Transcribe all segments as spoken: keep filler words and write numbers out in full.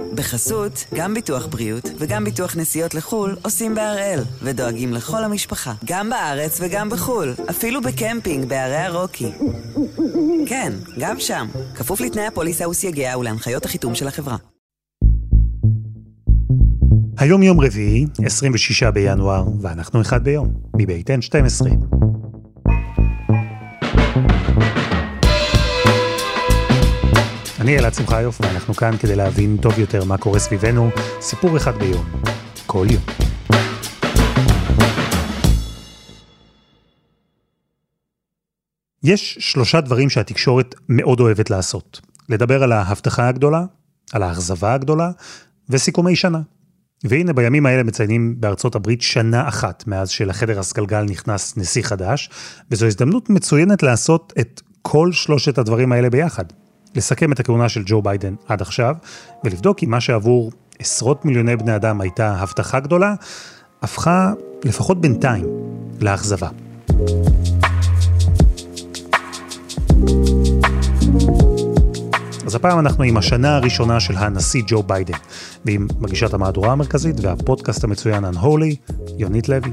בחסות, גם ביטוח בריאות וגם ביטוח נסיעות לחול עושים בהראל, ודואגים לכל המשפחה, גם בארץ וגם בחול, אפילו בקמפינג בערי הרוקי. כן, גם שם, כפוף לתנאי הפוליסה וסייגיה ולהנחיות החיתום של החברה. היום יום רביעי, עשרים ושישה בינואר, ואנחנו אחד ביום, מבית אן שתים עשרה. אני אלעד שמחיוף, ואנחנו כאן כדי להבין טוב יותר מה קורה סביבנו, סיפור אחד ביום, כל יום. יש שלושה דברים שהתקשורת מאוד אוהבת לעשות. לדבר על ההבטחה הגדולה, על האכזבה הגדולה, וסיכומי שנה. והנה בימים האלה מציינים בארצות הברית שנה אחת מאז שלחדר הסגלגל נכנס נשיא חדש, וזו הזדמנות מצוינת לעשות את כל שלושת הדברים האלה ביחד. לסכם את הכהונה של ג'ו ביידן עד עכשיו, ולבדוק אם מה שעבור עשרות מיליוני בני אדם הייתה הבטחה גדולה, הפכה לפחות בינתיים לאכזבה. אז הפעם אנחנו עם השנה הראשונה של הנשיא ג'ו ביידן, ועם מגישת המהדורה המרכזית והפודקאסט המצוין Unholy, יונית לוי.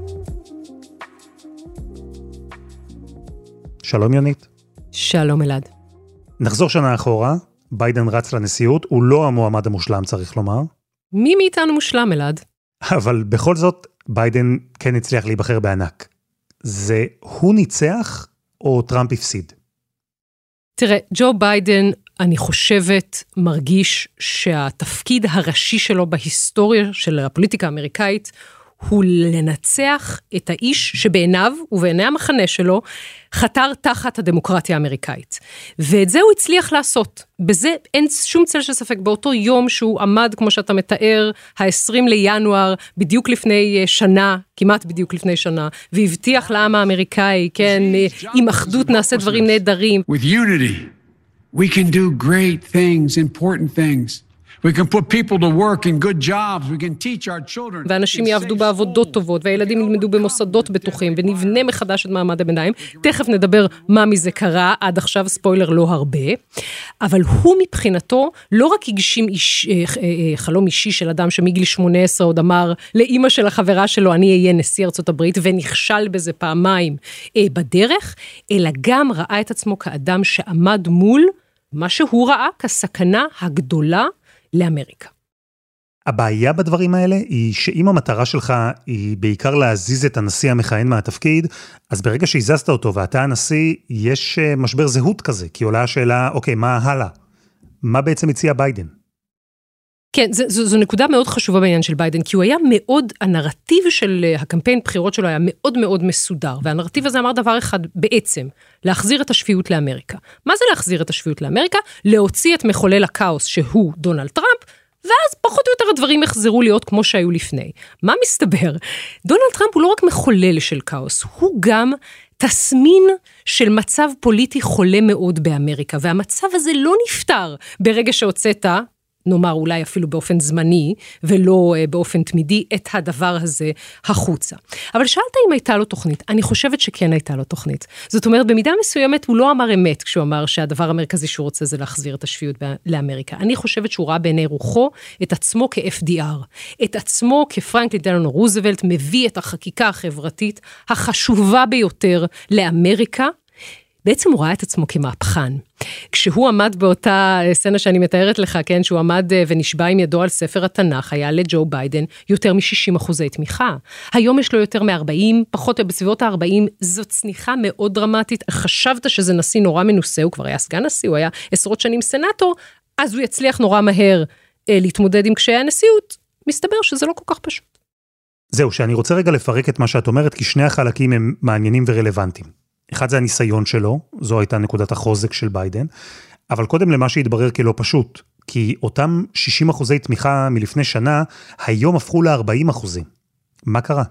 שלום יונית. שלום אלעד. נחזור שנה אחורה, ביידן רץ לנשיאות, הוא לא המועמד המושלם צריך לומר. מי מאיתנו מושלם אלעד? אבל בכל זאת, ביידן כן הצליח להיבחר בענק. זה הוא ניצח או טראמפ הפסיד? תראה, ג'ו ביידן, אני חושבת, מרגיש שהתפקיד הראשי שלו בהיסטוריה של הפוליטיקה האמריקאית, הוא לנצח את האיש שבעיניו ובעיני המחנה שלו חתר תחת הדמוקרטיה האמריקאית. ואת זה הוא הצליח לעשות. בזה אין שום צל של ספק. באותו יום שהוא עמד, כמו שאתה מתאר, ה-עשרים לינואר, בדיוק לפני שנה, כמעט בדיוק לפני שנה, והבטיח לעם האמריקאי, כן, עם אחדות נעשה דברים נהדרים. With unity, we can do great things, important things. We can put people to work in good jobs. We can teach our children. ואנשים יעבדו בעבודות טובות, והילדים ילמדו במוסדות בטוחים, ונבנה מחדש את מעמד הביניים. תכף נדבר מה מזה קרה, עד עכשיו ספוילר לא הרבה. אבל הוא מבחינתו לא רק הגשים איש, חלום אישי של אדם שמגיל שמונה עשרה עוד אמר לאמא של החברה שלו, אני אהיה נשיא ארצות הברית, ונכשל בזה פעמיים בדרך, אלא גם ראה את עצמו כאדם שעמד מול מה שהוא ראה כסכנה הגדולה לאמריקה. הבעיה בדברים האלה היא שאם המטרה שלך היא בעיקר להזיז את הנשיא המכהן מהתפקיד, אז ברגע שהזזת אותו ואתה הנשיא, יש משבר זהות כזה, כי עולה השאלה, אוקיי, מה הלאה? מה בעצם הציע ביידן? כן, זו, זו, זו נקודה מאוד חשובה בעניין של ביידן, כי הוא היה מאוד, הנרטיב של הקמפיין בחירות שלו היה מאוד מאוד מסודר, והנרטיב הזה אמר דבר אחד בעצם, להחזיר את השפיות לאמריקה. מה זה להחזיר את השפיות לאמריקה? להוציא את מחולל הכאוס שהוא דונלד טראמפ, ואז פחות או יותר הדברים יחזרו להיות כמו שהיו לפני. מה מסתבר? דונלד טראמפ הוא לא רק מחולל של כאוס, הוא גם תסמין של מצב פוליטי חולה מאוד באמריקה, והמצב הזה לא נפטר ברגע שהוצאת, נאמר אולי אפילו באופן זמני, ולא באופן תמידי, את הדבר הזה החוצה. אבל שאלת אם הייתה לו תוכנית, אני חושבת שכן הייתה לו תוכנית. זאת אומרת, במידה מסוימת הוא לא אמר אמת, כשהוא אמר שהדבר המרכזי שהוא רוצה זה להחזיר את השפיות לאמריקה. אני חושבת שהוא ראה בעיני רוחו את עצמו כ-אף די אר, את עצמו כפרנקלין דלאנו רוזוולט, מביא את החקיקה החברתית החשובה ביותר לאמריקה, בעצם הוא ראה את עצמו כמהפכן. כשהוא עמד באותה סצנה שאני מתארת לך, כן, שהוא עמד ונשבע עם ידו על ספר התנ"ך, היה לג'ו ביידן יותר מ-שישים אחוזי תמיכה. היום יש לו יותר מ-ארבעים, פחות בסביבות ה-ארבעים, זאת צניחה מאוד דרמטית. חשבת שזה נשיא נורא מנוסה, הוא כבר היה סגן נשיא, הוא היה עשרות שנים סנאטור, אז הוא יצליח נורא מהר אה, להתמודד עם קשיי הנשיאות. מסתבר שזה לא כל כך פשוט. זהו, שאני רוצה רגע לפרק את מה שאת אומרת, כי שני החלקים הם מעניינים ורלוונטיים. אחד זה הניסיון שלו, זו הייתה נקודת החוזק של ביידן, אבל קודם למה שהתברר כלא פשוט, כי אותם שישים אחוזי תמיכה מלפני שנה, היום הפכו ל-ארבעים אחוזים. מה קרה?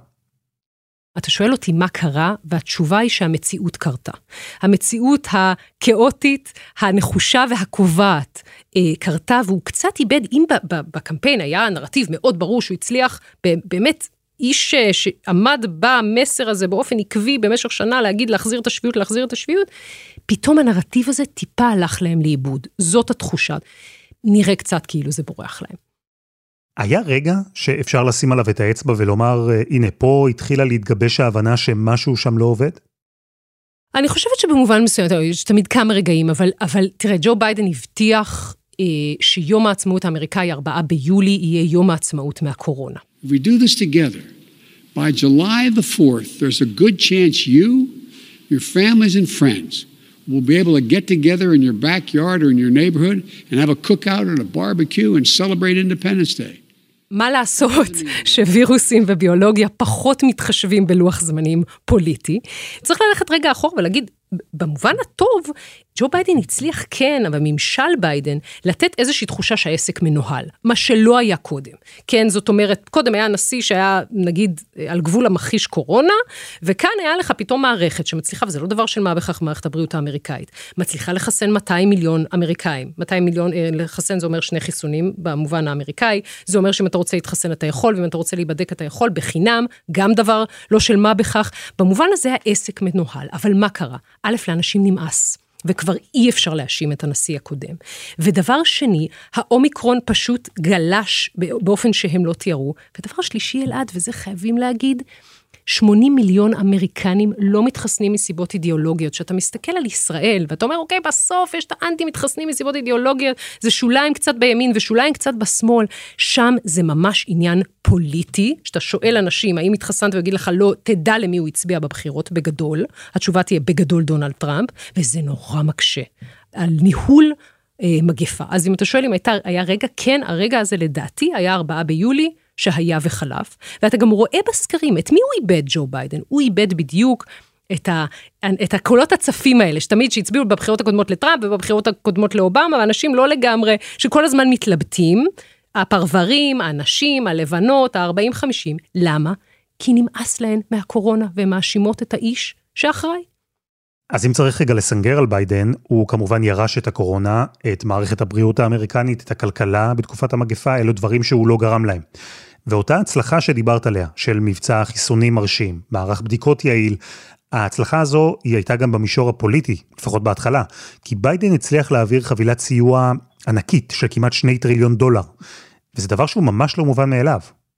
אתה שואל אותי מה קרה, והתשובה היא שהמציאות קרתה. המציאות הכאוטית, הנחושה והקובעת קרתה, והוא קצת איבד, אם בקמפיין היה נרטיב מאוד ברור שהוא הצליח באמת, איש שעמד במסר הזה באופן עקבי במשך שנה להגיד להחזיר את השפיות, להחזיר את השפיות, פתאום הנרטיב הזה טיפה הלך להם לאיבוד. זאת התחושה. נראה קצת כאילו זה בורח להם. היה רגע שאפשר לשים עליו את האצבע ולומר, הנה פה התחילה להתגבש ההבנה שמשהו שם לא עובד? אני חושבת שבמובן מסוים, יש תמיד כמה רגעים, אבל, אבל תראה, ג'ו ביידן הבטיח אה, שיום העצמאות האמריקאי, ארבעה ביולי, יהיה יום העצמאות מהקורונה. If we do this together, by July the fourth, there's a good chance you, your families and friends will be able to get together in your backyard or in your neighborhood and have a cookout and a barbecue and celebrate Independence Day. מה לעשות שווירוסים וביולוגיה פחות מתחשבים בלוח זמנים פוליטי? צריך ללכת רגע אחורה ולהגיד, במובן הטוב, ג'ו ביידן הצליח כן, אבל ממשל ביידן, לתת איזושהי תחושה שהעסק מנוהל, מה שלא היה קודם. כן, זאת אומרת, קודם היה נשיא שהיה, נגיד, על גבול המחיש קורונה, וכאן היה לך פתאום מערכת שמצליחה, וזה לא דבר של מה בכך מערכת הבריאות האמריקאית, מצליחה לחסן מאתיים מיליון אמריקאים. מאתיים מיליון, לחסן זה אומר שני חיסונים במובן האמריקאי, זה אומר שאם אתה רוצה להתחסן אתה יכול, ואם אתה רוצה להיבדק אתה יכול, בחינם, גם דבר לא של מה בכך. במובן הזה העסק מנוהל, אבל מה קרה? א', לאנשים נמאס, וכבר אי אפשר להאשים את הנשיא הקודם. ודבר שני, האומיקרון פשוט גלש באופן שהם לא תיארו. ודבר שלישי, אלעד, וזה חייבים להגיד, שמונים מיליון אמריקנים לא מתחסנים מסיבות אידיאולוגיות. שאתה מסתכל על ישראל, ואתה אומר, אוקיי, בסוף יש את האנטי מתחסנים מסיבות אידיאולוגיות, זה שוליים קצת בימין ושוליים קצת בשמאל. שם זה ממש עניין פוליטי, שאתה שואל אנשים, האם התחסנת ויגיד לך, לא, תדע למי הוא הצביע בבחירות בגדול. התשובה תהיה בגדול דונלד טראמפ, וזה נורא מקשה. על ניהול אה, מגפה. אז אם אתה שואל אם הייתה, היה רגע, כן, הרגע הזה לדעתי היה ארבעה ביולי, שהיה וחלף, ואתה גם רואה בסקרים, את מי הוא איבד ג'ו ביידן? הוא איבד בדיוק את, ה, את הקולות הצפים האלה, שתמיד שהצביעו בבחירות הקודמות לטראמפ, ובבחירות הקודמות לאובמה, ואנשים לא לגמרי, שכל הזמן מתלבטים, הפרברים, האנשים, הלבנות, ה-ארבעים חמישים, למה? כי נמאס להן מהקורונה, והן מאשימות את האיש שאחראי. אז אם צריך רגע לסנגר על ביידן, הוא כמובן ירש את הקורונה, את מערכת הבריאות האמריקנית, את הכלכלה בתקופת המגפה, אלו דברים שהוא לא גרם להם. ואותה הצלחה שדיברת עליה, של מבצע חיסונים מרשים, מערך בדיקות יעיל, ההצלחה הזו היא הייתה גם במישור הפוליטי, לפחות בהתחלה, כי ביידן הצליח להעביר חבילת סיוע ענקית של כמעט שני טריליון דולר, וזה דבר שהוא ממש לא מובן מאליו.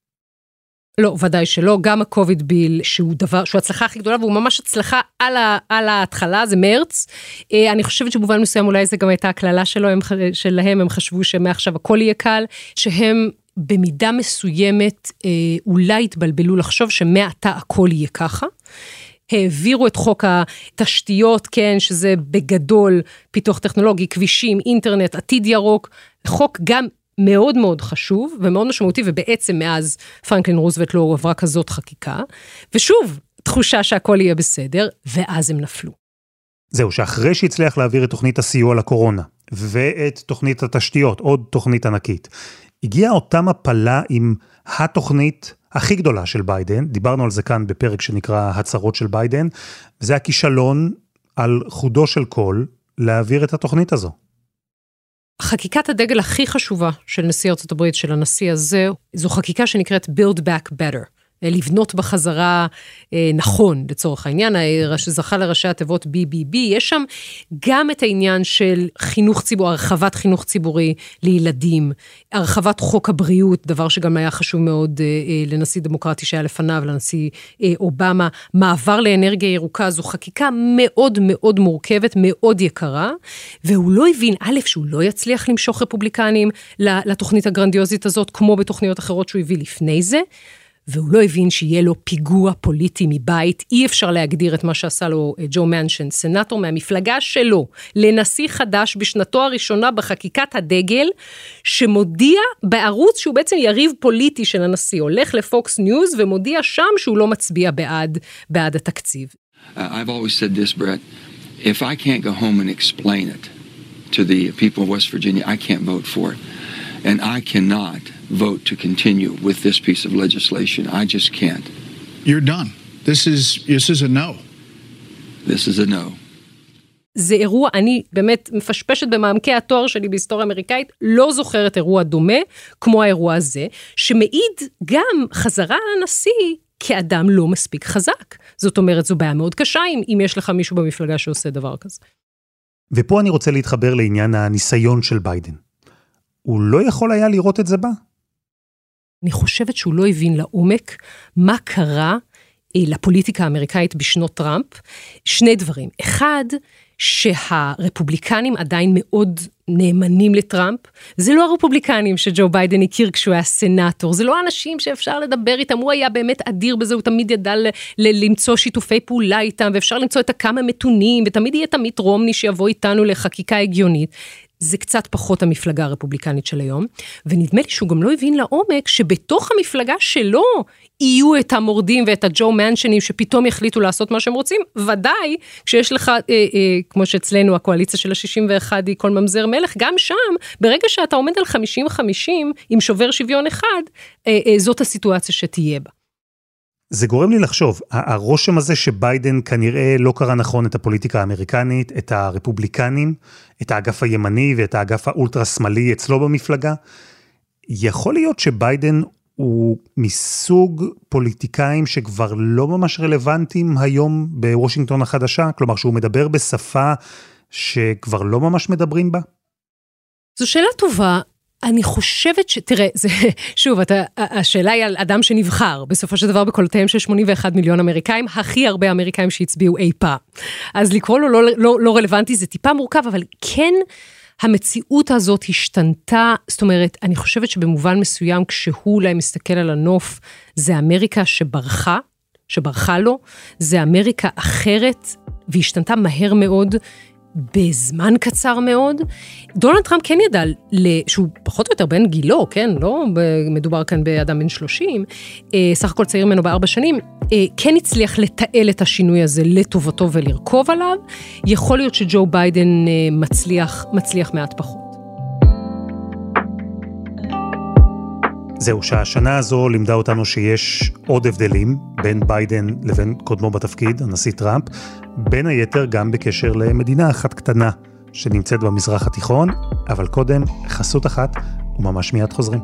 לא, ודאי שלא, גם הקוביד ביל, שהוא דבר, שהוא הצלחה הכי גדולה, והוא ממש הצלחה על, ה, על ההתחלה, זה מרץ. אני חושבת שבמובן מסוים, אולי זה גם הייתה הכללה שלו, הם, שלהם, הם חשבו שמעכשיו הכל יהיה קל, שהם במידה מסוימת, אולי התבלבלו לחשוב שמעתה הכל יהיה ככה. העבירו את חוק התשתיות, כן, שזה בגדול פיתוח טכנולוגי, כבישים, אינטרנט, עתיד ירוק, חוק גם מאוד מאוד חשוב ומאוד משמעותי, ובעצם מאז פרנקלין רוזוולט לא עברה כזאת חקיקה, ושוב, תחושה שהכל יהיה בסדר, ואז הם נפלו. זהו, שאחרי שהצליח להעביר את תוכנית הסיוע לקורונה, ואת תוכנית התשתיות, עוד תוכנית ענקית, הגיעה אותה מפלה עם התוכנית הכי גדולה של ביידן, דיברנו על זה כאן בפרק שנקרא הצהרות של ביידן, וזה הכישלון על חודו של קול להעביר את התוכנית הזו. חקיקת הדגל הכי חשובה של נשיא ארצות הברית, של הנשיא הזה, זו חקיקה שנקראת Build Back Better. לבנות בחזרה אה, נכון, לצורך העניין, שזכה לראשי התיבות בי בי בי, יש שם גם את העניין של חינוך ציבור, הרחבת חינוך ציבורי לילדים, הרחבת חוק הבריאות, דבר שגם היה חשוב מאוד אה, אה, לנשיא דמוקרטי שהיה לפניו, לנשיא אה, אובמה, מעבר לאנרגיה ירוקה, זו חקיקה מאוד מאוד מורכבת, מאוד יקרה, והוא לא הבין, א', שהוא לא יצליח למשוך רפובליקנים לתוכנית הגרנדיוזית הזאת, כמו בתוכניות אחרות שהוא הביא לפני זה, והוא לא הבין שיהיה לו פיגוע פוליטי מבית, אי אפשר להגדיר את מה שעשה לו ג'ו מנשן, סנטור מהמפלגה שלו, לנשיא חדש בשנתו הראשונה בחקיקת הדגל, שמודיע בערוץ שהוא בעצם יריב פוליטי של הנשיא, הולך לפוקס ניוז ומודיע שם שהוא לא מצביע בעד, בעד התקציב. Uh, I've always said this, Brett, if I can't go home and explain it to the people of West Virginia, I can't vote for it. And I cannot vote to continue with this piece of legislation. I just can't. You're done. This is this is a no. This is a no. זה אירוע, אני באמת מפשפשת במעמקי התואר שלי בהיסטוריה אמריקאית, לא זוכרת אירוע דומה כמו האירוע הזה, שמעיד גם חזרה לנשיא כאדם לא מספיק חזק. זאת אומרת, זו בעיה מאוד קשה אם, אם יש לך מישהו במפלגה שעושה דבר כזה. ופה אני רוצה להתחבר לעניין הניסיון של ביידן. הוא לא יכול היה לראות את זה בה? אני חושבת שהוא לא הבין לעומק מה קרה לפוליטיקה האמריקאית בשנות טראמפ. שני דברים. אחד, שהרפובליקנים עדיין מאוד נאמנים לטראמפ. זה לא הרפובליקנים שג'ו ביידן הכיר כשהוא היה סנאטור. זה לא האנשים שאפשר לדבר איתם. הוא היה באמת אדיר בזה, הוא תמיד ידע ל- ל- למצוא שיתופי פעולה איתם, ואפשר למצוא את הכמה מתונים, ותמיד יהיה תמיד רומני שיבוא איתנו לחקיקה הגיונית. זה קצת פחות המפלגה הרפובליקנית של היום, ונדמה לי שהוא גם לא הבין לעומק שבתוך המפלגה שלו יהיו את המורדים ואת הג'ו מנשנים שפתאום יחליטו לעשות מה שהם רוצים, ודאי כשיש לך, אה, אה, כמו שאצלנו הקואליציה של ה-שישים ואחת היא כל ממזר מלך, גם שם, ברגע שאתה עומד על חמישים חמישים עם שובר שוויון אחד, אה, אה, זאת הסיטואציה שתהיה בה. זה גורם לי לחשוב, הרושם הזה שביידן כנראה לא קרא נכון את הפוליטיקה האמריקנית, את הרפובליקנים, את האגף הימני ואת האגף האולטרה-שמאלי אצלו במפלגה, יכול להיות שביידן הוא מסוג פוליטיקאים שכבר לא ממש רלוונטיים היום בוושינגטון החדשה, כלומר שהוא מדבר בשפה שכבר לא ממש מדברים בה? זו שאלה טובה. אני חושבת ש... תראה, זה, שוב, אתה, השאלה היא על אדם שנבחר, בסופו של דבר בקולותיהם של שמונים ואחד מיליון אמריקאים, הכי הרבה אמריקאים שהצביעו אי פעם. אז לקרוא לו לא, לא, לא רלוונטי, זה טיפה מורכב, אבל כן, המציאות הזאת השתנתה, זאת אומרת, אני חושבת שבמובן מסוים, כשהוא אולי מסתכל על הנוף, זה אמריקה שברחה, שברחה לו, זה אמריקה אחרת, והשתנתה מהר מאוד, בזמן קצר מאוד. דונלד טראמפ כן ידע, שהוא פחות או יותר בן גילו, כן, לא מדובר כאן באדם בן שלושים, סך הכל צעיר ממנו בארבע שנים, כן הצליח לתעל את השינוי הזה לטובתו ולרכוב עליו. יכול להיות שג'ו ביידן מצליח, מצליח מעט פחות. זהו, שהשנה הזו לימדה אותנו שיש עוד הבדלים בין ביידן לבין קודמו בתפקיד, הנשיא טראמפ, בין היתר גם בקשר למדינה אחת קטנה שנמצאת במזרח התיכון, אבל קודם חסות אחת וממש מיד חוזרים.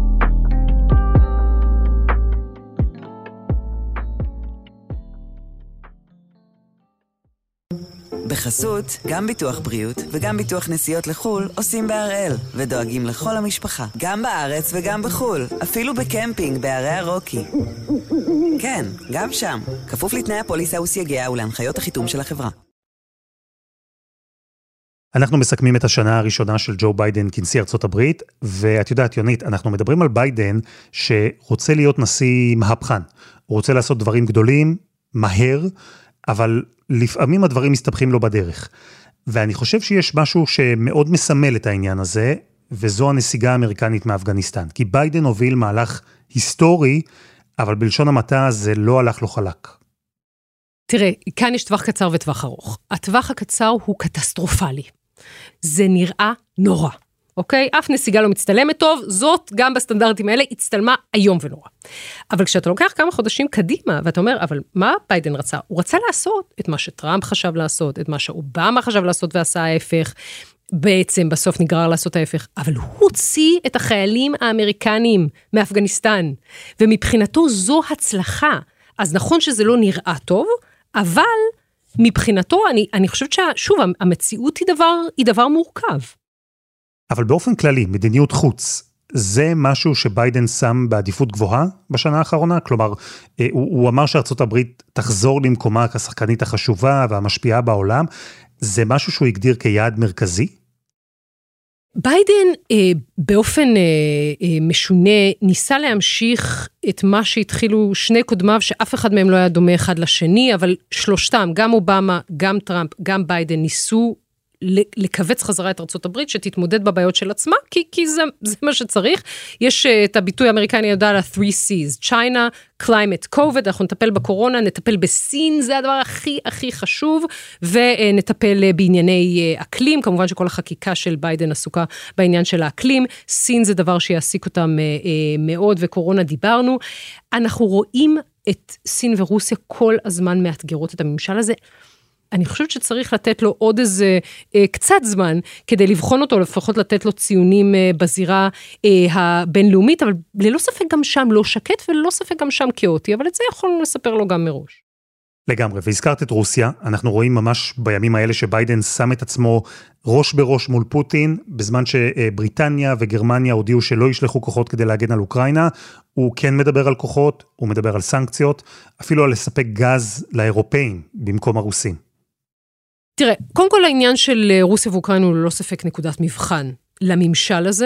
בחסות, גם ביטוח בריאות וגם ביטוח נסיעות לחול עושים בהראל, ודואגים לכל המשפחה, גם בארץ וגם בחול, אפילו בקמפינג בערי הרוקי. כן, גם שם, כפוף לתנאי הפוליסה וסייגיה ולהנחיות החיתום של החברה. אנחנו מסכמים את השנה הראשונה של ג'ו ביידן כנשיא ארצות הברית, ואת יודעת, יונית, אנחנו מדברים על ביידן שרוצה להיות נשיא מהפכן. הוא רוצה לעשות דברים גדולים, מהר, אבל לפעמים הדברים מסתבכים לו בדרך. ואני חושב שיש משהו שמאוד מסמל את העניין הזה, וזו הנסיגה האמריקנית מאפגניסטן. כי ביידן הוביל מהלך היסטורי, אבל בלשון המעטה זה לא הלך לו חלק. תראה, כאן יש טווח קצר וטווח ארוך. הטווח הקצר הוא קטסטרופלי. זה נראה נורא. אוקיי? אף נסיגה לא מצטלמת טוב, זאת גם בסטנדרטים האלה הצטלמה היום ונורא. אבל כשאתה לוקח כמה חודשים קדימה, ואתה אומר, אבל מה ביידן רצה? הוא רצה לעשות את מה שטראמפ חשב לעשות, את מה שאובמה חשב לעשות ועשה ההפך, בעצם בסוף נגרר לעשות ההפך, אבל הוא הוציא את החיילים האמריקנים מאפגניסטן, ומבחינתו זו הצלחה. אז נכון שזה לא נראה טוב, אבל מבחינתו, אני, אני חושבת ששוב, המציאות היא דבר, היא דבר מורכב. אבל באופן כללי, מדיניות חוץ, זה משהו שביידן שם בעדיפות גבוהה בשנה האחרונה? כלומר, הוא, הוא אמר שארצות הברית תחזור למקומה כשחקנית החשובה והמשפיעה בעולם. זה משהו שהוא הגדיר כיעד מרכזי? ביידן אה, באופן אה, אה, משונה ניסה להמשיך את מה שהתחילו שני קודמיו, שאף אחד מהם לא היה דומה אחד לשני, אבל שלושתם, גם אובמה, גם טראמפ, גם ביידן, ניסו לקבץ חזרה את ארצות הברית, שתתמודד בבעיות של עצמה, כי, כי זה, זה מה שצריך. יש את הביטוי האמריקני יודע על ה-three C's, China, Climate, COVID, אנחנו נטפל בקורונה, נטפל בסין, זה הדבר הכי הכי חשוב, ונטפל בענייני אקלים, כמובן שכל החקיקה של ביידן עסוקה בעניין של האקלים, סין זה דבר שיעסיק אותם מאוד, וקורונה דיברנו. אנחנו רואים את סין ורוסיה כל הזמן מאתגרות את הממשל הזה, אני חושבת שצריך לתת לו עוד איזה אה, קצת זמן, כדי לבחון אותו, לפחות לתת לו ציונים אה, בזירה אה, הבינלאומית, אבל ללא ספק גם שם לא שקט, וללא ספק גם שם כאוטי, אבל את זה יכולנו לספר לו גם מראש. לגמרי, והזכרת את רוסיה, אנחנו רואים ממש בימים האלה שביידן שם את עצמו ראש בראש מול פוטין, בזמן שבריטניה וגרמניה הודיעו שלא ישלחו כוחות כדי להגן על אוקראינה, הוא כן מדבר על כוחות, הוא מדבר על סנקציות, אפילו על לספק גז לאירופאים במקום הרוסים. תראה, קודם כל העניין של רוסיה ואוקראינה הוא לא ספק נקודת מבחן לממשל הזה,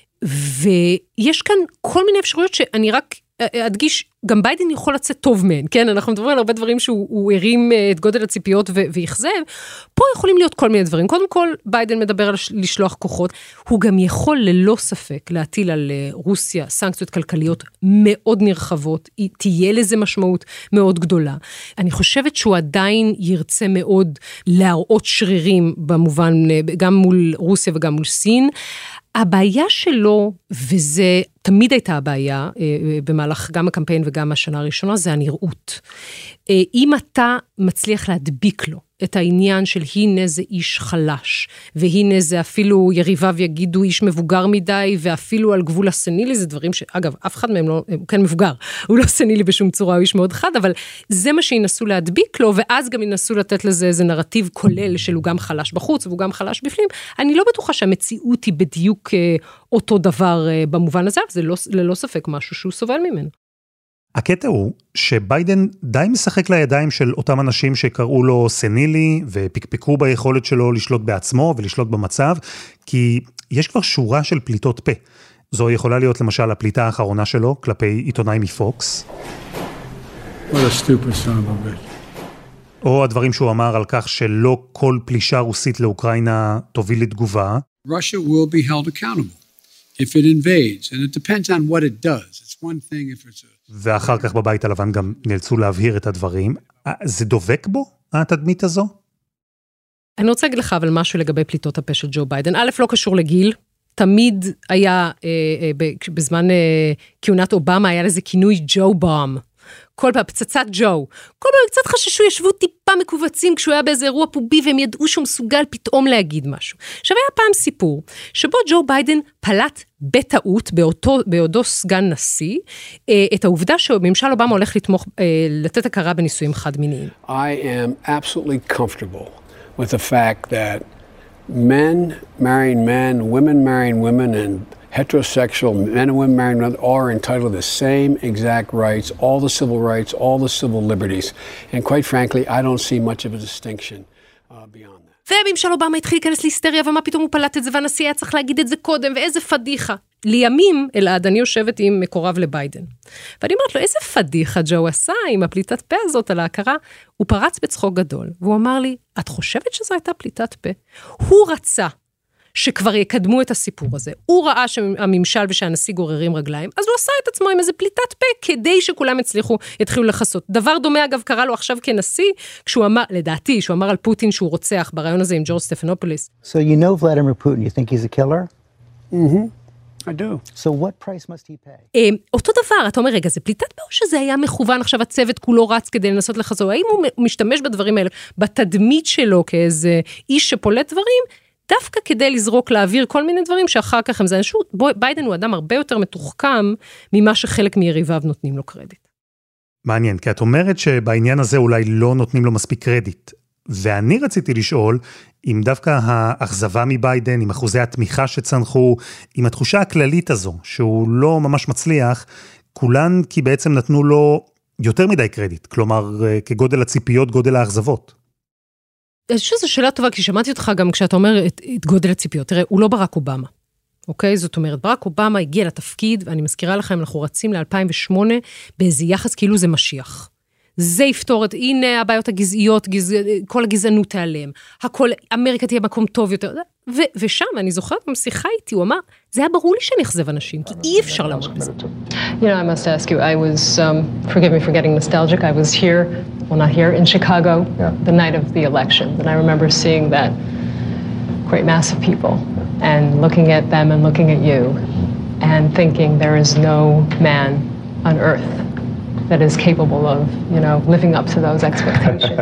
ויש כאן כל מיני אפשרויות שאני רק אדגיש, גם ביידן יכול לצאת טוב מהן, כן? אנחנו מדברים על הרבה דברים שהוא הרים את גודל הציפיות ויחזב, פה יכולים להיות כל מיני דברים. קודם כל, ביידן מדבר על לשלוח כוחות, הוא גם יכול ללא ספק להטיל על רוסיה סנקציות כלכליות מאוד נרחבות, תהיה לזה משמעות מאוד גדולה. אני חושבת שהוא עדיין ירצה מאוד להראות שרירים במובן, גם מול רוסיה וגם מול סין, הבעיה שלו, וזה תמיד הייתה הבעיה, במהלך גם הקמפיין וגם השנה הראשונה, זה הנראות. אם אתה מצליח להדביק לו את העניין של הנה זה איש חלש, והנה זה אפילו יריביו יגידו איש מבוגר מדי, ואפילו על גבול הסנילי, זה דברים שאגב, אף אחד מהם לא, הוא כן מבוגר, הוא לא סנילי בשום צורה, הוא איש מאוד חד, אבל זה מה שינסו להדביק לו, ואז גם ינסו לתת לזה איזה נרטיב כולל, של הוא גם חלש בחוץ, והוא גם חלש בפנים. אני לא בטוחה שהמציאות היא בדיוק אותו דבר במובן הזה, זה לא, ללא ספק משהו שהוא סובל ממנו. הקטע הוא שביידן די משחק לידיים של אותם אנשים שקראו לו סנילי ופקפקו ביכולת שלו לשלוט בעצמו ולשלוט במצב, כי יש כבר שורה של פליטות פה. זו יכולה להיות למשל הפליטה האחרונה שלו כלפי עיתונאי מפוקס. What a stupid son of a bitch. או הדברים שהוא אמר על כך שלא כל פלישה רוסית לאוקראינה תוביל לתגובה. Russia will be held accountable if it invades, and it depends on what it does. It's one thing if it's a... ואחר כך בבית הלבן גם נאלצו להבהיר את הדברים. זה דובק בו, התדמית הזו? אני רוצה להגיד לך אבל משהו לגבי פליטות הפה של ג'ו ביידן. א', לא קשור לגיל, תמיד היה, אה, אה, בזמן אה, כהונת אובמה, היה לזה כינוי ג'ו בום. כל פעם, פצצת ג'ו. כל פעם קצת חששו, ישבו טיפה מקובצים כשהוא היה באיזה אירוע פובי, והם ידעו שהוא מסוגל פתאום להגיד משהו. עכשיו היה פעם סיפור, שבו ג'ו ביידן פלט בטעות, באותו, באותו סגן נשיא, את העובדה שממשל אובמה הולך לתמוך, לתת הכרה בנישואים חד מיניים. I am absolutely comfortable with the fact that men marrying men, women marrying women, and heterosexual men and women marrying women are entitled to the same exact rights, all the civil rights, all the civil liberties. And quite frankly, I don't see much of a distinction uh, beyond that. וממשל אובמה התחיל להיכנס להיסטריה, ומה פתאום הוא פלט את זה, והנשיא היה צריך להגיד את זה קודם, ואיזה פדיחה. לימים, אלעד, אני יושבת עם מקורב לביידן. ואני אומרת לו, איזה פדיחה ג'ו עשה עם הפליטת פה הזאת על ההכרה? הוא פרץ בצחוק גדול, והוא אמר לי, את חושבת שזו הייתה פליטת פה? הוא רצה שכבר יקדמו את הסיפור הזה. הוא ראה שהממשל ושהנשיא גוררים רגליים, אז הוא עשה את עצמו עם איזה פליטת פה, כדי שכולם הצליחו, יתחילו לחסות. דבר דומה, אגב, קרה לו עכשיו כנשיא, כשהוא אמר, לדעתי, שהוא אמר על פוטין שהוא רוצח, ברעיון הזה עם ג'ורג' סטפנופוליס. So you know Vladimir Putin, you think he's a killer? Mm-hmm. I do. So what price must he pay? אותו דבר, אתה אומר, רגע, זה פליטת פה, שזה היה מכוון, עכשיו הצוות כולו רץ כדי לנסות לחזור. האם הוא משתמש בדברים האלה, בתדמית שלו כאיזה איש שפולט דברים, דווקא כדי לזרוק לאוויר כל מיני דברים שאחר כך הם זה אנשו, ביידן הוא אדם הרבה יותר מתוחכם ממה שחלק מיריביו נותנים לו קרדיט. מעניין, כי את אומרת שבעניין הזה אולי לא נותנים לו מספיק קרדיט. ואני רציתי לשאול, אם דווקא האכזבה מביידן, עם אחוזי התמיכה שצנחו, עם התחושה הכללית הזו, שהוא לא ממש מצליח, כולן כי בעצם נתנו לו יותר מדי קרדיט, כלומר כגודל הציפיות, גודל האכזבות. אני חושב שזו שאלה טובה, כי שמעתי אותך גם כשאתה אומר את, את גודל הציפיות. תראה, הוא לא ברק אובמה, אוקיי? זאת אומרת, ברק אובמה הגיע לתפקיד, ואני מזכירה לכם, אנחנו רצים ל-אלפיים ושמונה, באיזה יחס כאילו זה משיח. זה יפתור את, הנה הבעיות הגזעיות, גז... כל הגזענות תיעלם, הכל, אמריקה תהיה מקום טוב יותר, ו... ושם, אני זוכרת, בשיחה איתי, הוא אמר, זה היה ברור לי שאני אחזב אנשים, כי אי אפשר לעמוד בזה. You know, I must ask you, I was, um, forgive me for getting nostalgic, I was here, well not here, in Chicago, yeah. the night of the election, and I remember seeing that great mass of people, and looking at them and looking at you, and thinking there is no man on earth that is capable of, you know, living up to those expectations.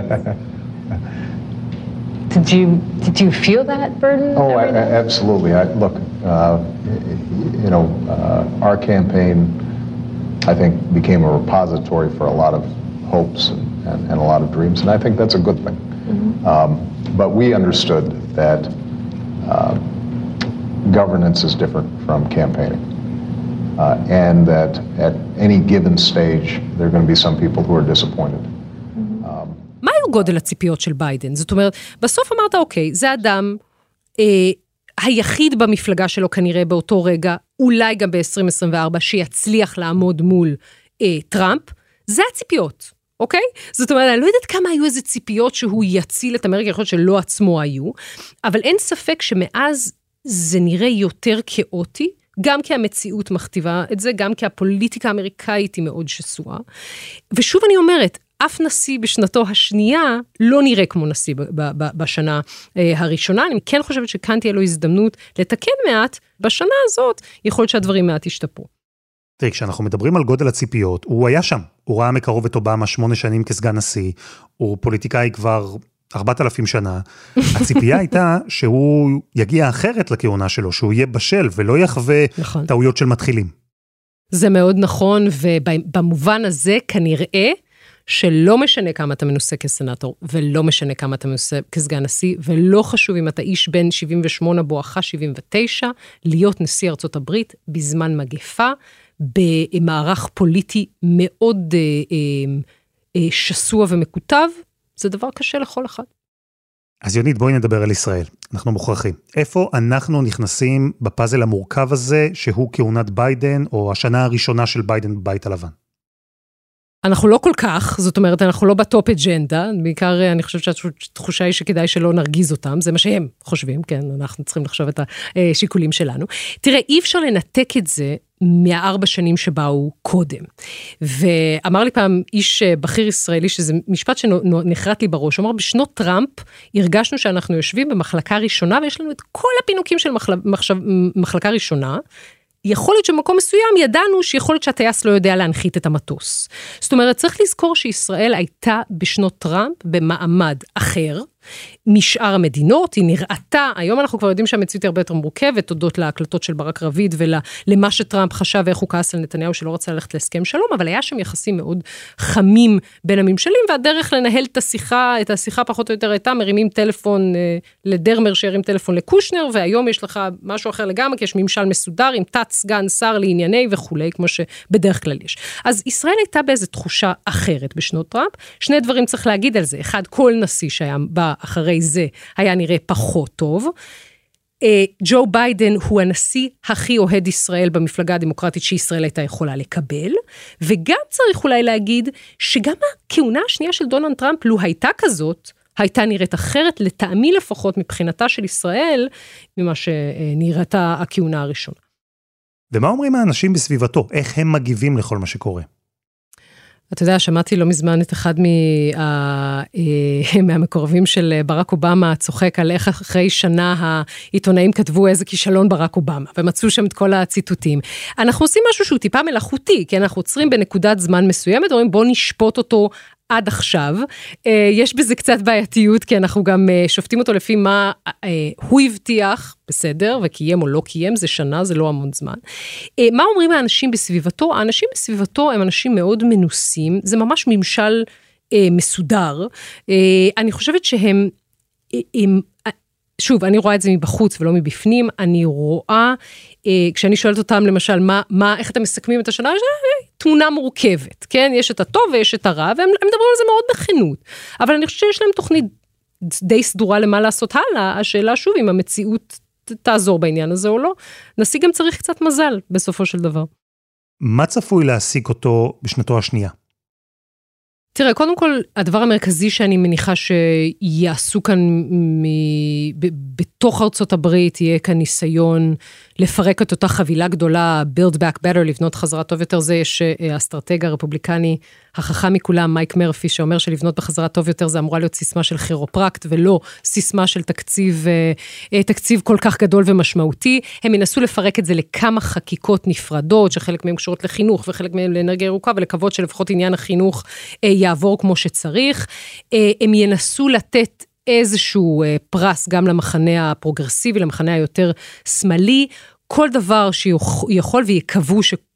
Did you did you feel that burden? Oh, I, absolutely. I, look, uh, you know, uh, our campaign, I think, became a repository for a lot of hopes and, and, and a lot of dreams, and I think that's a good thing. Mm-hmm. Um, but we understood that uh, governance is different from campaigning, uh, and that at any given stage, there are going to be some people who are disappointed. מה היו גודל הציפיות של ביידן? זאת אומרת, בסוף אמרת, אוקיי, זה אדם אה, היחיד במפלגה שלו כנראה באותו רגע, אולי גם ב-עשרים עשרים וארבע, שיצליח לעמוד מול אה, טראמפ, זה הציפיות, אוקיי? זאת אומרת, אני לא יודעת כמה היו איזה ציפיות שהוא יציל את אמריקה, יכול להיות שלא עצמו היו, אבל אין ספק שמאז זה נראה יותר כאוטי, גם כי המציאות מכתיבה את זה, גם כי הפוליטיקה האמריקאית היא מאוד שסועה. ושוב אני אומרת, אף נשיא בשנתו השנייה לא נראה כמו נשיא בשנה הראשונה. אני כן חושבת שכאן תהיה לו הזדמנות לתקן מעט, בשנה הזאת יכול להיות שהדברים מעט ישתפרו. תראי, כשאנחנו מדברים על גודל הציפיות, הוא היה שם. הוא ראה מקרוב את אובמה שמונה שנים כסגן נשיא, הוא פוליטיקאי כבר ארבעת אלפים שנה. הציפייה הייתה שהוא יגיע אחרת לכהונה שלו, שהוא יהיה בשל ולא יחווה נכון. טעויות של מתחילים. זה מאוד נכון, ובמובן הזה כנראה, שלא משנה כמה אתה מנוסה כסנטור, ולא משנה כמה אתה מנוסה כסגן נשיא, ולא חשוב אם אתה איש בן שבעים ושמונה בואכה שבעים ותשע, להיות נשיא ארצות הברית בזמן מגפה, במערך פוליטי מאוד אה, אה, אה, שסוע ומקוטב, זה דבר קשה לכל אחד. אז יונית, בואי נדבר על ישראל. אנחנו מוכרחים. איפה אנחנו נכנסים בפאזל המורכב הזה, שהוא כהונת ביידן, או השנה הראשונה של ביידן בבית הלבן? אנחנו לא כל כך, זאת אומרת, אנחנו לא בטופ אג'נדה, בעיקר אני חושבת שהתחושה היא שכדאי שלא נרגיז אותם, זה מה שהם חושבים, כן, אנחנו צריכים לחשוב את השיקולים שלנו. תראה, אי אפשר לנתק את זה מהארבע שנים שבאו קודם. ואמר לי פעם איש בכיר ישראלי, שזה משפט שנחרט לי בראש, הוא אמר, בשנות טראמפ הרגשנו שאנחנו יושבים במחלקה ראשונה, ויש לנו את כל הפינוקים של מחל... מחשב... מחלקה ראשונה, יכול להיות שבמקום מסוים ידענו שיכול להיות שהטייס לא יודע להנחית את המטוס. זאת אומרת, צריך לזכור שישראל הייתה בשנות טראמפ במעמד אחר, משאר המדינות, היא נראתה, היום אנחנו כבר יודעים שהמציאות היא הרבה יותר מורכבת, תודות להקלטות של ברק רביד, ולמה שטראמפ חשב ואיך הוא כעס על נתניהו שלא רצה ללכת להסכם שלום, אבל היה שם יחסים מאוד חמים בין הממשלים, והדרך לנהל את השיחה, את השיחה פחות או יותר הייתה, מרימים טלפון אה, לדרמר שירים טלפון לקושנר, והיום יש לך משהו אחר לגמרי, כי יש ממשל מסודר עם תת סגן שר לענייני וכולי, כמו שבדרך כלל יש. אז ישראל הייתה באיזו תחושה אחרת בשנות טראמפ, שני דברים צריך להגיד על זה, אחד, כל נשיא שהיה בא אחרי זה היה נראה פחות טוב. ג'ו ביידן הוא הנשיא הכי אוהד ישראל במפלגה הדמוקרטית שישראל הייתה יכולה לקבל, וגם צריך אולי להגיד שגם הכהונה השנייה של דונלד טראמפ, לו הייתה כזאת, הייתה נראית אחרת, לטעמי לפחות מבחינתה של ישראל, ממה שנראתה הכהונה הראשונה. ומה אומרים האנשים בסביבתו? איך הם מגיבים לכל מה שקורה? אתה יודע, שמעתי לא מזמן את אחד מה, מהמקורבים של ברק אובמה, צוחק על איך אחרי שנה העיתונאים כתבו איזה כישלון ברק אובמה, ומצאו שם את כל הציטוטים. אנחנו עושים משהו שהוא טיפה מלאכותי, כי אנחנו עוצרים בנקודת זמן מסוימת, אומרים בוא נשפוט אותו עד עכשיו. יש בזה קצת בעייתיות, כי אנחנו גם שופטים אותו לפי מה הוא הבטיח, בסדר, וקיים או לא קיים, זה שנה, זה לא המון זמן. מה אומרים האנשים בסביבתו? האנשים בסביבתו הם אנשים מאוד מנוסים, זה ממש ממשל מסודר. אני חושבת שהם, הם, שוב, אני רואה את זה מבחוץ ולא מבפנים, אני רואה, כשאני שואלת אותם למשל, מה, מה, איך אתם מסכמים את השנה? תמונה מורכבת, כן? יש את הטוב ויש את הרע, והם מדברים על זה מאוד בכנות. אבל אני חושבת שיש להם תוכנית די סדורה למה לעשות הלאה, השאלה שוב, אם המציאות תעזור בעניין הזה או לא, נשיא גם צריך קצת מזל בסופו של דבר. מה צפוי להשיג אותו בשנתו השנייה? תראה, קודם כל, הדבר המרכזי שאני מניחה שיעשו כאן מ- ב- בתוך ארצות הברית, יהיה כאן ניסיון לפרק את אותה חבילה גדולה, build back better, לבנות חזרה טוב יותר, זה יש האסטרטג הרפובליקני החכם מכולם, מייק מרפי, שאומר שלבנות בחזרה טוב יותר, זה אמורה להיות סיסמה של כירופרקט, ולא סיסמה של תקציב, תקציב כל כך גדול ומשמעותי. הם ינסו לפרק את זה לכמה חקיקות נפרדות, שחלק מהם קשורות לחינוך, וחלק מהם לאנרגיה ירוקה, ולקוות שלפחות עניין החינוך יעבור כמו שצריך. הם ינסו לתת איזשהו פרס גם למחנה הפרוגרסיבי, למחנה היותר שמאלי, כל דבר שיכול ויקוו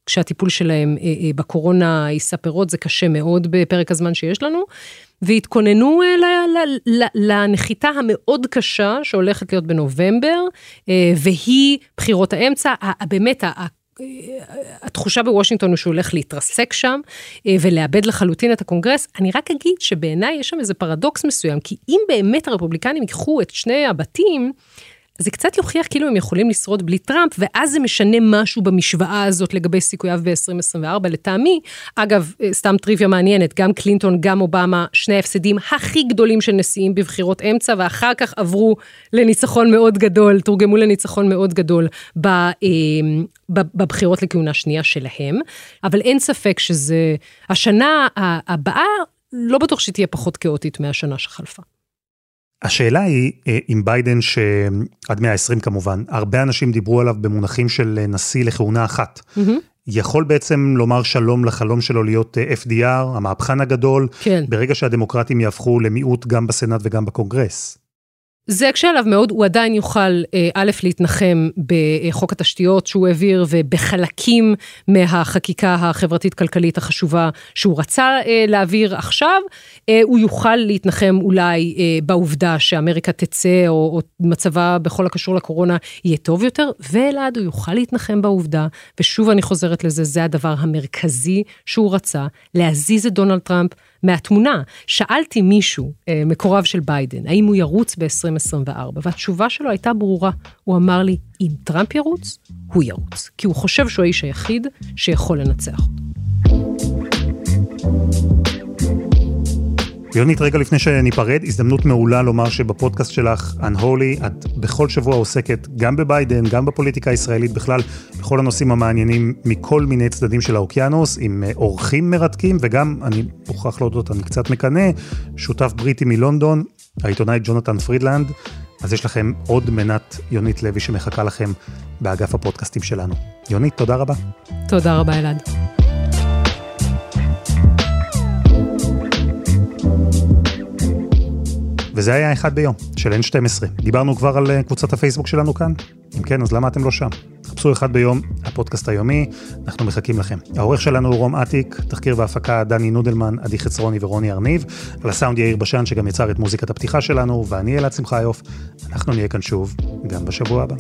כשהטיפול שלהם בקורונה יספרות, זה קשה מאוד בפרק הזמן שיש לנו, והתכוננו לנחיתה המאוד קשה שהולכת להיות בנובמבר, והיא בחירות האמצע, באמת התחושה בוושינגטון הוא שהוא הולך להתרסק שם, ולאבד לחלוטין את הקונגרס. אני רק אגיד שבעיניי יש שם איזה פרדוקס מסוים, כי אם באמת הרפובליקנים ייקחו את שני הבתים, זה קצת יוכיח כאילו הם יכולים לשרוד בלי טראמפ, ואז זה משנה משהו במשוואה הזאת לגבי סיכוייו ב-עשרים עשרים וארבע לטעמי. אגב, סתם טריוויה מעניינת, גם קלינטון, גם אובמה, שני ההפסדים הכי גדולים של נשיאים בבחירות אמצע, ואחר כך עברו לניצחון מאוד גדול, תורגמו לניצחון מאוד גדול בבחירות לכהונה שנייה שלהם, אבל אין ספק שזה, השנה הבאה לא בטוח שתהיה פחות כאוטית מהשנה שחלפה. השאלה היא, עם ביידן שעד מאה ועשרים כמובן, הרבה אנשים דיברו עליו במונחים של נשיא לכהונה אחת. Mm-hmm. יכול בעצם לומר שלום לחלום שלו להיות אף די אר, המהפכן הגדול, כן. ברגע שהדמוקרטים יהפכו למיעוט גם בסנאט וגם בקונגרס. זה הקשה עליו מאוד, הוא עדיין יוכל א' להתנחם בחוק התשתיות שהוא העביר, ובחלקים מהחקיקה החברתית-כלכלית החשובה שהוא רצה להעביר עכשיו, הוא יוכל להתנחם אולי בעובדה שאמריקה תצא, או, או מצבה בכל הקשור לקורונה יהיה טוב יותר, ואלעד הוא יוכל להתנחם בעובדה, ושוב אני חוזרת לזה, זה הדבר המרכזי שהוא רצה, להזיז את דונלד טראמפ מהתמונה. שאלתי מישהו, מקורב של ביידן, האם הוא ירוץ ב-עשרים עשרים וארבע, והתשובה שלו הייתה ברורה. הוא אמר לי, אם טראמפ ירוץ, הוא ירוץ. כי הוא חושב שהוא האיש היחיד שיכול לנצח אותו. יונית, רגע לפני שניפרד, הזדמנות מעולה לומר שבפודקאסט שלך, Unholy, את בכל שבוע עוסקת גם בביידן, גם בפוליטיקה הישראלית בכלל, בכל הנושאים המעניינים מכל מיני צדדים של האוקיינוס, עם אורחים מרתקים, וגם, אני מוכרח להודות, אני קצת מקנה, שותף בריטי מלונדון, העיתונאי ג'ונתן פרידלנד, אז יש לכם עוד מנת יונית לוי שמחכה לכם באגף הפודקאסטים שלנו. יונית, תודה רבה. תודה רבה, אלעד. וזה היה אחד ביום, של אן שתים עשרה. דיברנו כבר על קבוצת הפייסבוק שלנו כאן? אם כן, אז למה אתם לא שם? חפשו אחד ביום, הפודקאסט היומי, אנחנו מחכים לכם. העורך שלנו הוא רום עתיק, תחקיר והפקה דני נודלמן, עדי חצרוני ורוני ארניב, על הסאונד יאיר בשן שגם יצר את מוזיקת הפתיחה שלנו, ואני אלעד שמחיוף. אנחנו נהיה כאן שוב, גם בשבוע הבא.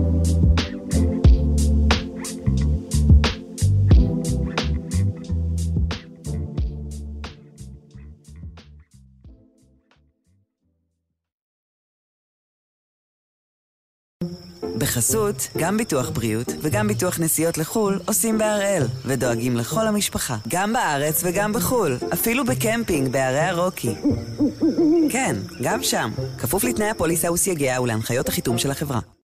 בחסות, גם ביטוח בריאות וגם ביטוח נסיעות לחול עושים בהראל ודואגים לכל המשפחה, גם בארץ וגם בחול, אפילו בקמפינג בערי הרוקי. כן, גם שם, כפוף לתנאי הפוליסה וסייגיה ולהנחיות החיתום של החברה.